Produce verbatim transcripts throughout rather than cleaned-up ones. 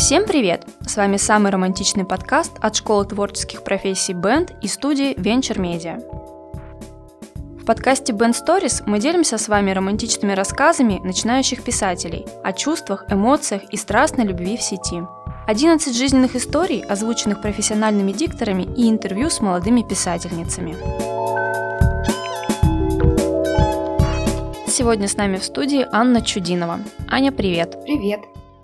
Всем привет! С вами самый романтичный подкаст от Школы творческих профессий Band и студии Venture Media. В подкасте Band Stories мы делимся с вами романтичными рассказами начинающих писателей о чувствах, эмоциях и страстной любви в сети. одиннадцать жизненных историй, озвученных профессиональными дикторами, и интервью с молодыми писательницами. Сегодня с нами в студии Анна Чудинова. Аня, привет! Привет!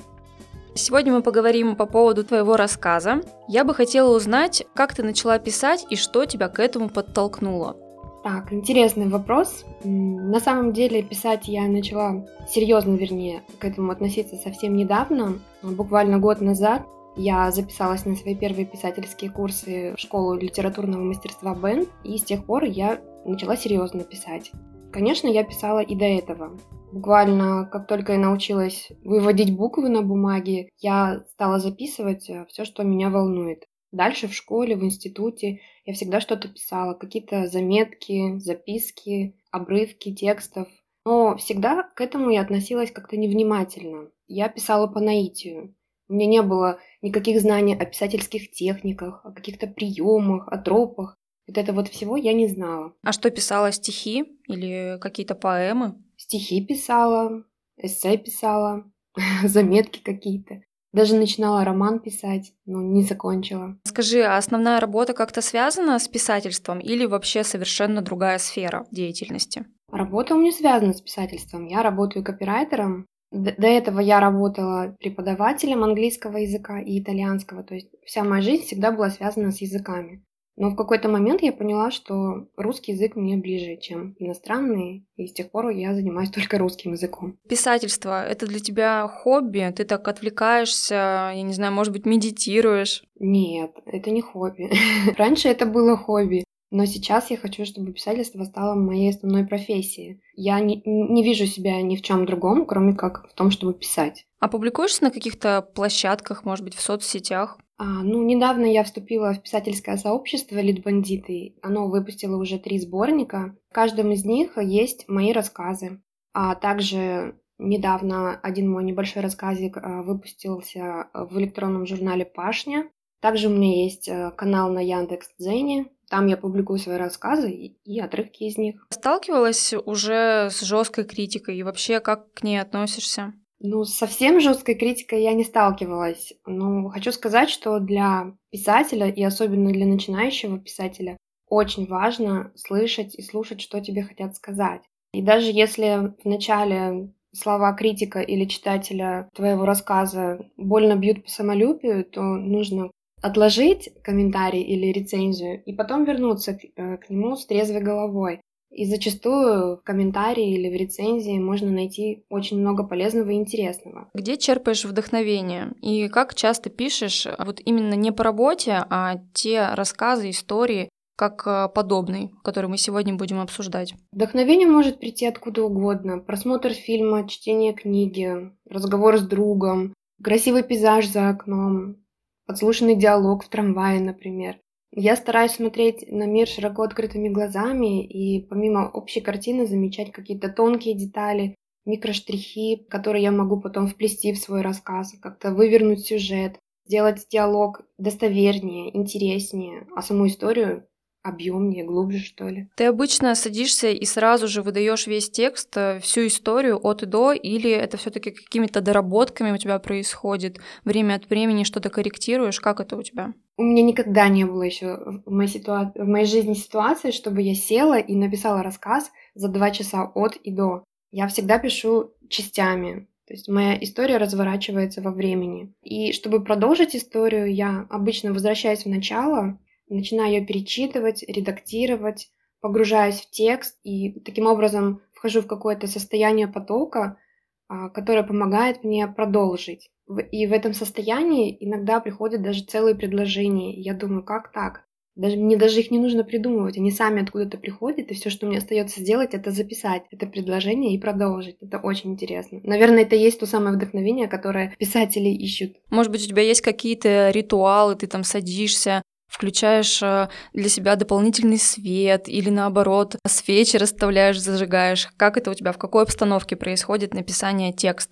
Сегодня мы поговорим по поводу твоего рассказа. Я бы хотела узнать, как ты начала писать и что тебя к этому подтолкнуло. Так, интересный вопрос. На самом деле писать я начала серьезно, вернее, к этому относиться совсем недавно. Буквально год назад я записалась на свои первые писательские курсы в школу литературного мастерства Band, и с тех пор я начала серьезно писать. Конечно, я писала и до этого. Буквально, как только я научилась выводить буквы на бумаге, я стала записывать все, что меня волнует. Дальше в школе, в институте я всегда что-то писала, какие-то заметки, записки, обрывки текстов. Но всегда к этому я относилась как-то невнимательно. Я писала по наитию. У меня не было никаких знаний о писательских техниках, о каких-то приемах, о тропах. Вот это вот всего я не знала. А что писала, стихи или какие-то поэмы? Стихи писала, эссе писала, заметки какие-то. Даже начинала роман писать, но не закончила. Скажи, а основная работа как-то связана с писательством или вообще совершенно другая сфера деятельности? Работа у меня связана с писательством. Я работаю копирайтером. До этого я работала преподавателем английского языка и итальянского. То есть вся моя жизнь всегда была связана с языками. Но в какой-то момент я поняла, что русский язык мне ближе, чем иностранный, и с тех пор я занимаюсь только русским языком. Писательство — это для тебя хобби? Ты так отвлекаешься, я не знаю, может быть, медитируешь? Нет, это не хобби. Раньше это было хобби, но сейчас я хочу, чтобы писательство стало моей основной профессией. Я не, не вижу себя ни в чем другом, кроме как в том, чтобы писать. А публикуешься на каких-то площадках, может быть, в соцсетях? А, ну, недавно я вступила в писательское сообщество «Литбандиты». Оно выпустило уже три сборника. В каждом из них есть мои рассказы. А также недавно один мой небольшой рассказик выпустился в электронном журнале «Пашня». Также у меня есть канал на Яндекс.Дзене. Там я публикую свои рассказы и отрывки из них. Сталкивалась уже с жесткой критикой и вообще как к ней относишься? Ну, с совсем жесткой критикой я не сталкивалась, но хочу сказать, что для писателя, и особенно для начинающего писателя, очень важно слышать и слушать, что тебе хотят сказать. И даже если в начале слова критика или читателя твоего рассказа больно бьют по самолюбию, то нужно отложить комментарий или рецензию и потом вернуться к, к нему с трезвой головой. И зачастую в комментарии или в рецензии можно найти очень много полезного и интересного. Где черпаешь вдохновение? И как часто пишешь вот именно не по работе, а те рассказы, истории, как подобный, который мы сегодня будем обсуждать? Вдохновение может прийти откуда угодно. Просмотр фильма, чтение книги, разговор с другом, красивый пейзаж за окном, подслушанный диалог в трамвае, например. Я стараюсь смотреть на мир широко открытыми глазами и помимо общей картины замечать какие-то тонкие детали, микроштрихи, которые я могу потом вплести в свой рассказ, как-то вывернуть сюжет, сделать диалог достовернее, интереснее, а саму историю объемнее, глубже, что ли. Ты обычно садишься и сразу же выдаешь весь текст, всю историю от и до, или это все-таки какими-то доработками у тебя происходит? Время от времени что-то корректируешь? Как это у тебя? У меня никогда не было еще в моей, ситуа... в моей жизни ситуации, чтобы я села и написала рассказ за два часа от и до. Я всегда пишу частями. То есть моя история разворачивается во времени. И чтобы продолжить историю, я обычно возвращаюсь в начало, начинаю ее перечитывать, редактировать, погружаюсь в текст и таким образом вхожу в какое-то состояние потока, которое помогает мне продолжить. И в этом состоянии иногда приходят даже целые предложения. Я думаю, как так? Даже, мне даже их не нужно придумывать, они сами откуда-то приходят, и все, что мне остается сделать, это записать это предложение и продолжить. Это очень интересно. Наверное, это и есть то самое вдохновение, которое писатели ищут. Может быть, у тебя есть какие-то ритуалы, ты там садишься, включаешь для себя дополнительный свет или наоборот свечи расставляешь, зажигаешь. Как это у тебя, в какой обстановке происходит написание текста?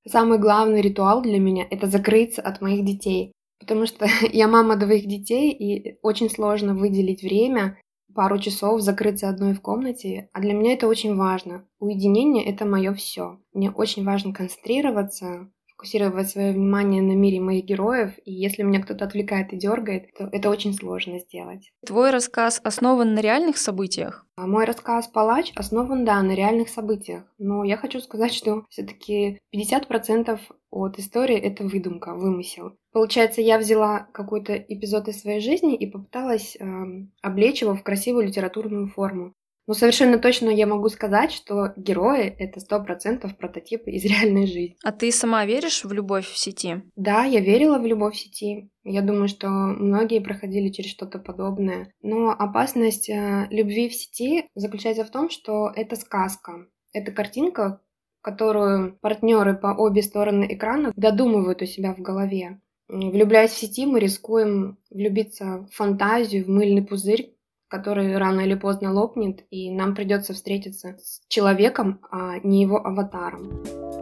Самый главный ритуал для меня — это закрыться от моих детей, потому что я мама двоих детей, и очень сложно выделить время, пару часов закрыться одной в комнате, а для меня это очень важно. Уединение — это мое все. Мне очень важно концентрироваться, фокусировать свое внимание на мире моих героев, и если меня кто-то отвлекает и дергает, то это очень сложно сделать. Твой рассказ основан на реальных событиях? А мой рассказ «Палач» основан, да, на реальных событиях, но я хочу сказать, что все-таки пятьдесят процентов от истории — это выдумка, вымысел. Получается, я взяла какой-то эпизод из своей жизни и попыталась эм, облечь его в красивую литературную форму. Но совершенно точно я могу сказать, что герои — это сто процентов прототипы из реальной жизни. А ты сама веришь в любовь в сети? Да, я верила в любовь в сети. Я думаю, что многие проходили через что-то подобное. Но опасность э, любви в сети заключается в том, что это сказка. Это картинка, которую партнеры по обе стороны экрана додумывают у себя в голове. М, Влюбляясь в сети, мы рискуем влюбиться в фантазию, в мыльный пузырь, который рано или поздно лопнет, и нам придется встретиться с человеком, а не его аватаром.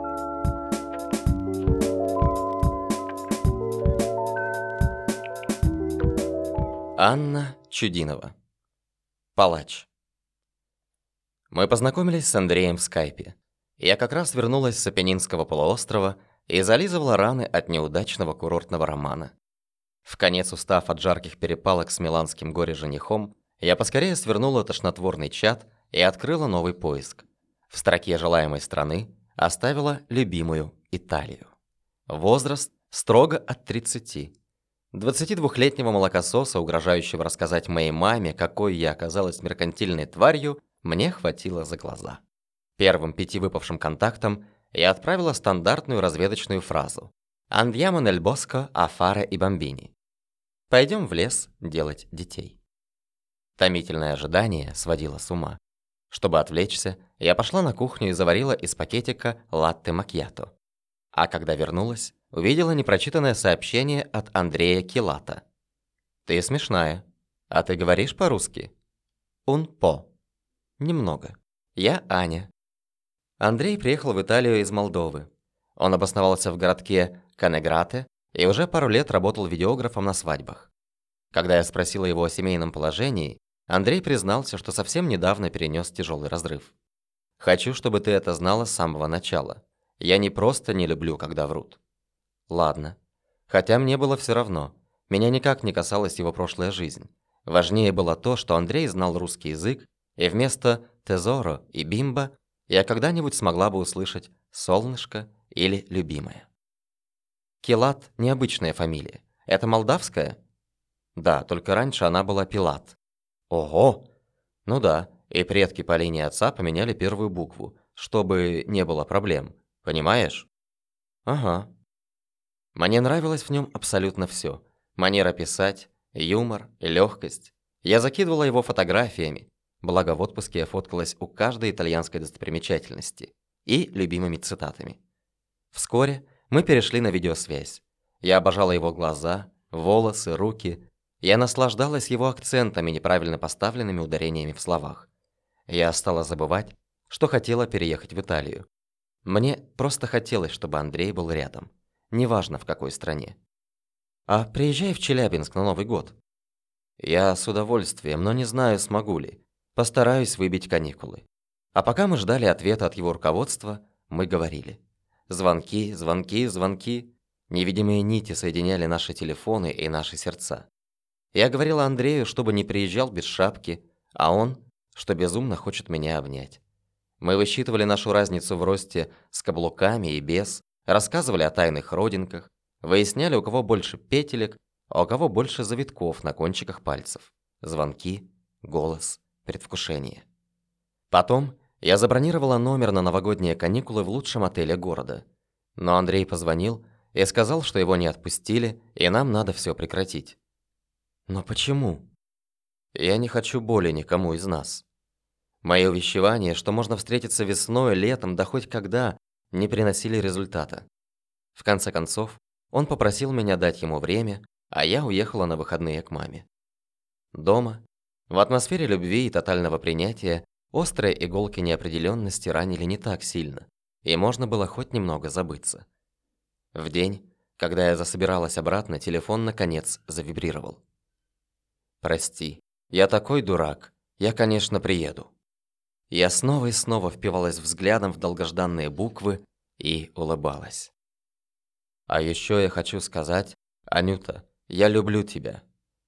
Анна Чудинова. Палач. Мы познакомились с Андреем в скайпе. Я как раз вернулась с Апеннинского полуострова и зализывала раны от неудачного курортного романа. Вконец устав от жарких перепалок с миланским горе-женихом, я поскорее свернула тошнотворный чат и открыла новый поиск. В строке желаемой страны оставила любимую Италию. Возраст строго от тридцати. двадцатидвухлетнего молокососа, угрожающего рассказать моей маме, какой я оказалась меркантильной тварью, мне хватило за глаза. Первым пяти выпавшим контактам я отправила стандартную разведочную фразу «Andiamo nel bosco a fare i bambini». «Пойдем в лес делать детей». Томительное ожидание сводило с ума. Чтобы отвлечься, я пошла на кухню и заварила из пакетика латте-макьято. А когда вернулась, увидела непрочитанное сообщение от Андрея Килата. «Ты смешная. А ты говоришь по-русски?» «Un po». «Немного. Я Аня». Андрей приехал в Италию из Молдовы. Он обосновался в городке Канеграте и уже пару лет работал видеографом на свадьбах. Когда я спросила его о семейном положении, Андрей признался, что совсем недавно перенес тяжелый разрыв. «Хочу, чтобы ты это знала с самого начала. Я не просто не люблю, когда врут». Ладно. Хотя мне было все равно. Меня никак не касалась его прошлая жизнь. Важнее было то, что Андрей знал русский язык, и вместо «тезоро» и «бимба» я когда-нибудь смогла бы услышать «солнышко» или «любимая». Килат – необычная фамилия. Это молдавская? Да, только раньше она была Пилат. Ого! Ну да, и предки по линии отца поменяли первую букву, чтобы не было проблем. Понимаешь? Ага. Мне нравилось в нем абсолютно все. Манера писать, юмор, легкость. Я закидывала его фотографиями, благо в отпуске я фоткалась у каждой итальянской достопримечательности, и любимыми цитатами. Вскоре мы перешли на видеосвязь. Я обожала его глаза, волосы, руки. Я наслаждалась его акцентами, неправильно поставленными ударениями в словах. Я стала забывать, что хотела переехать в Италию. Мне просто хотелось, чтобы Андрей был рядом. Неважно, в какой стране. А приезжай в Челябинск на Новый год. Я с удовольствием, но не знаю, смогу ли. Постараюсь выбить каникулы. А пока мы ждали ответа от его руководства, мы говорили. Звонки, звонки, звонки. Невидимые нити соединяли наши телефоны и наши сердца. Я говорила Андрею, чтобы не приезжал без шапки, а он, что безумно хочет меня обнять. Мы высчитывали нашу разницу в росте с каблуками и без, рассказывали о тайных родинках, выясняли, у кого больше петелек, а у кого больше завитков на кончиках пальцев. Звонки, голос, предвкушение. Потом я забронировала номер на новогодние каникулы в лучшем отеле города. Но Андрей позвонил и сказал, что его не отпустили, и нам надо все прекратить. Но почему? Я не хочу боли никому из нас. Мои увещевания, что можно встретиться весной, летом, да хоть когда, не приносили результата. В конце концов, он попросил меня дать ему время, а я уехала на выходные к маме. Дома, в атмосфере любви и тотального принятия, острые иголки неопределенности ранили не так сильно, и можно было хоть немного забыться. В день, когда я засобиралась обратно, телефон наконец завибрировал. «Прости, я такой дурак. Я, конечно, приеду». Я снова и снова впивалась взглядом в долгожданные буквы и улыбалась. «А еще я хочу сказать, Анюта, я люблю тебя».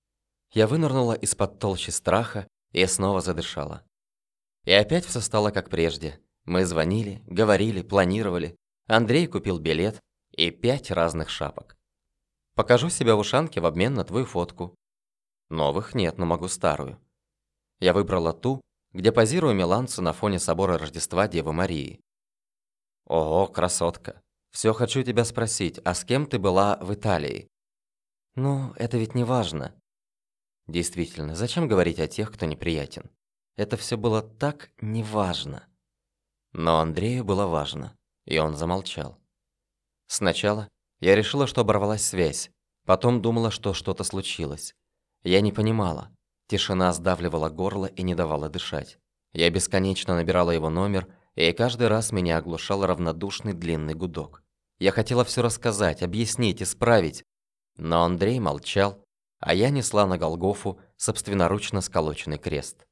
Я вынырнула из-под толщи страха и снова задышала. И опять все стало как прежде. Мы звонили, говорили, планировали. Андрей купил билет и пять разных шапок. Покажу себя в ушанке в обмен на твою фотку. Новых нет, но могу старую. Я выбрала ту, где позирую миланцу на фоне собора Рождества Девы Марии. Ого, красотка. Все хочу тебя спросить, а с кем ты была в Италии? Ну, это ведь не важно. Действительно, зачем говорить о тех, кто неприятен? Это все было так неважно. Но Андрею было важно, и он замолчал. Сначала я решила, что оборвалась связь, потом думала, что что-то случилось. Я не понимала. Тишина сдавливала горло и не давала дышать. Я бесконечно набирала его номер, и каждый раз меня оглушал равнодушный длинный гудок. Я хотела все рассказать, объяснить, исправить, но Андрей молчал, а я несла на Голгофу собственноручно сколоченный крест.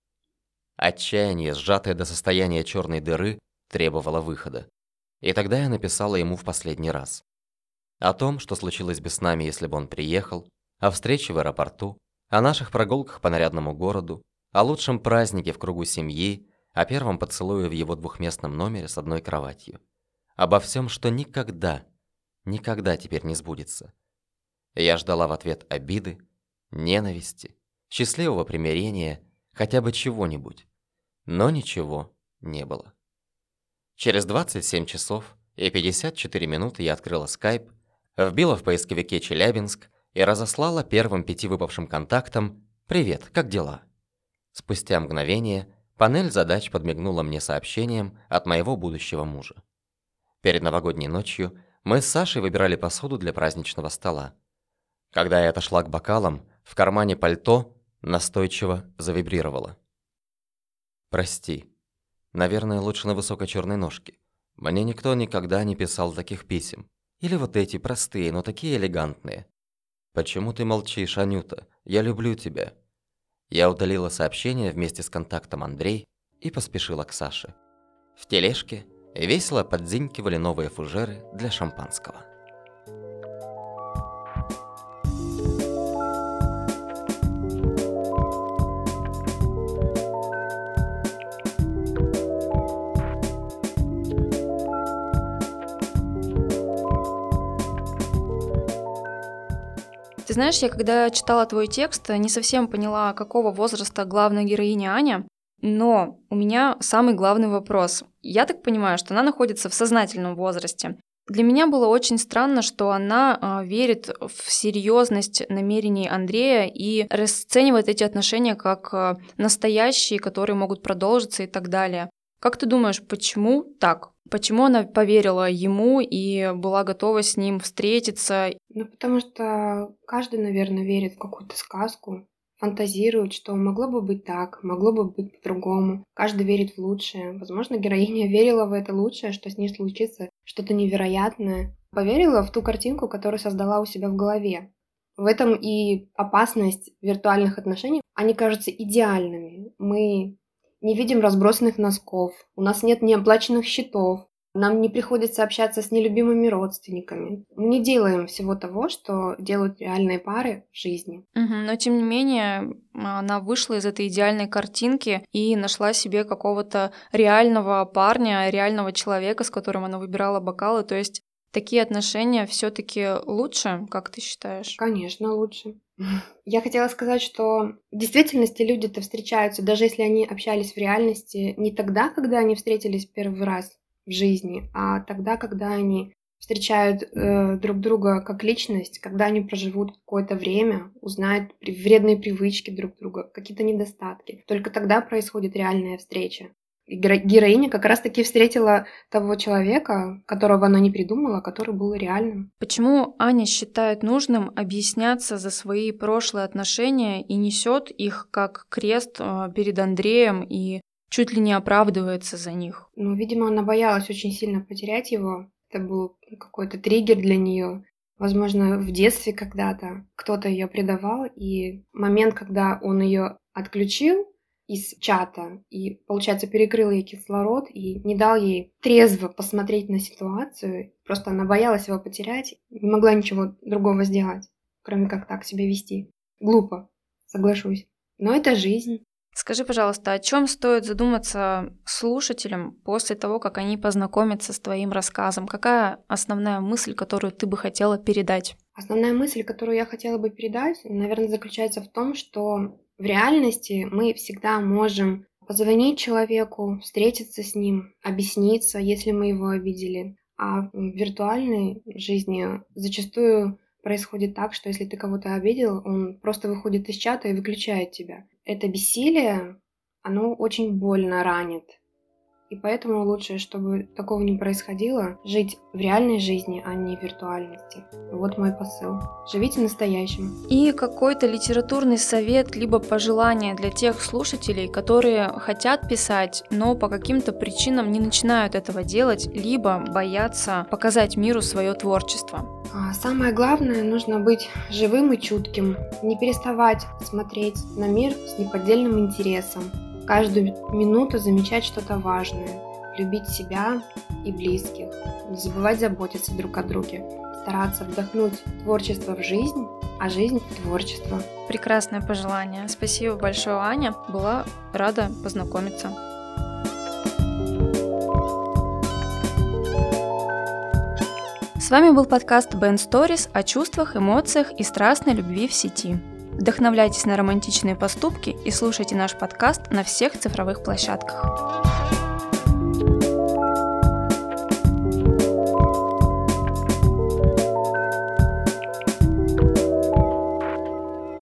Отчаяние, сжатое до состояния черной дыры, требовало выхода. И тогда я написала ему в последний раз. О том, что случилось бы с нами, если бы он приехал, о встрече в аэропорту, о наших прогулках по нарядному городу, о лучшем празднике в кругу семьи, о первом поцелуе в его двухместном номере с одной кроватью. Обо всем, что никогда, никогда теперь не сбудется. Я ждала в ответ обиды, ненависти, счастливого примирения, хотя бы чего-нибудь. Но ничего не было. Через двадцать семь часов и пятьдесят четыре минуты я открыла скайп, вбила в поисковике Челябинск и разослала первым пяти выпавшим контактам «Привет, как дела?». Спустя мгновение панель задач подмигнула мне сообщением от моего будущего мужа. Перед новогодней ночью мы с Сашей выбирали посуду для праздничного стола. Когда я отошла к бокалам, в кармане пальто настойчиво завибрировало. «Прости. Наверное, лучше на высокой черной ножке. Мне никто никогда не писал таких писем. Или вот эти простые, но такие элегантные. Почему ты молчишь, Анюта? Я люблю тебя». Я удалила сообщение вместе с контактом Андрей и поспешила к Саше. В тележке весело подзинькивали новые фужеры для шампанского. Ты знаешь, я когда читала твой текст, не совсем поняла, какого возраста главная героиня Аня, но у меня самый главный вопрос. Я так понимаю, что она находится в сознательном возрасте. Для меня было очень странно, что она а, верит в серьезность намерений Андрея и расценивает эти отношения как а, настоящие, которые могут продолжиться и так далее. Как ты думаешь, почему так? Почему она поверила ему и была готова с ним встретиться? Ну, потому что каждый, наверное, верит в какую-то сказку, фантазирует, что могло бы быть так, могло бы быть по-другому. Каждый верит в лучшее. Возможно, героиня верила в это лучшее, что с ней случится что-то невероятное. Поверила в ту картинку, которую создала у себя в голове. В этом и опасность виртуальных отношений. Они кажутся идеальными. Мы не видим разбросанных носков, у нас нет неоплаченных счетов, нам не приходится общаться с нелюбимыми родственниками. Мы не делаем всего того, что делают реальные пары в жизни. Угу, но тем не менее, она вышла из этой идеальной картинки и нашла себе какого-то реального парня, реального человека, с которым она выбирала бокалы. То есть такие отношения все-таки лучше, как ты считаешь? Конечно, лучше. Я хотела сказать, что в действительности люди-то встречаются, даже если они общались в реальности, не тогда, когда они встретились первый раз в жизни, а тогда, когда они встречают э, друг друга как личность, когда они проживут какое-то время, узнают вредные привычки друг друга, какие-то недостатки. Только тогда происходит реальная встреча. И героиня как раз-таки встретила того человека, которого она не придумала, который был реальным. Почему Аня считает нужным объясняться за свои прошлые отношения и несет их как крест перед Андреем и чуть ли не оправдывается за них? Ну, видимо, она боялась очень сильно потерять его. Это был какой-то триггер для нее. Возможно, в детстве когда-то кто-то ее предавал, и момент, когда он ее отключил из чата и, получается, перекрыл ей кислород и не дал ей трезво посмотреть на ситуацию, просто она боялась его потерять, не могла ничего другого сделать, кроме как так себя вести. Глупо, соглашусь. Но это жизнь. Скажи, пожалуйста, о чем стоит задуматься слушателям после того, как они познакомятся с твоим рассказом? Какая основная мысль, которую ты бы хотела передать? Основная мысль, которую я хотела бы передать, наверное, заключается в том, что в реальности мы всегда можем позвонить человеку, встретиться с ним, объясниться, если мы его обидели. А в виртуальной жизни зачастую происходит так, что если ты кого-то обидел, он просто выходит из чата и выключает тебя. Это бессилие, оно очень больно ранит. И поэтому лучше, чтобы такого не происходило, жить в реальной жизни, а не в виртуальности. Вот мой посыл. Живите настоящим. И какой-то литературный совет, либо пожелание для тех слушателей, которые хотят писать, но по каким-то причинам не начинают этого делать, либо боятся показать миру свое творчество. Самое главное, нужно быть живым и чутким, не переставать смотреть на мир с неподдельным интересом, каждую минуту замечать что-то важное, любить себя и близких, не забывать заботиться друг о друге, стараться вдохнуть творчество в жизнь, а жизнь в творчество. Прекрасное пожелание. Спасибо большое, Аня. Была рада познакомиться. С вами был подкаст Band Stories о чувствах, эмоциях и страстной любви в сети. Вдохновляйтесь на романтичные поступки и слушайте наш подкаст на всех цифровых площадках.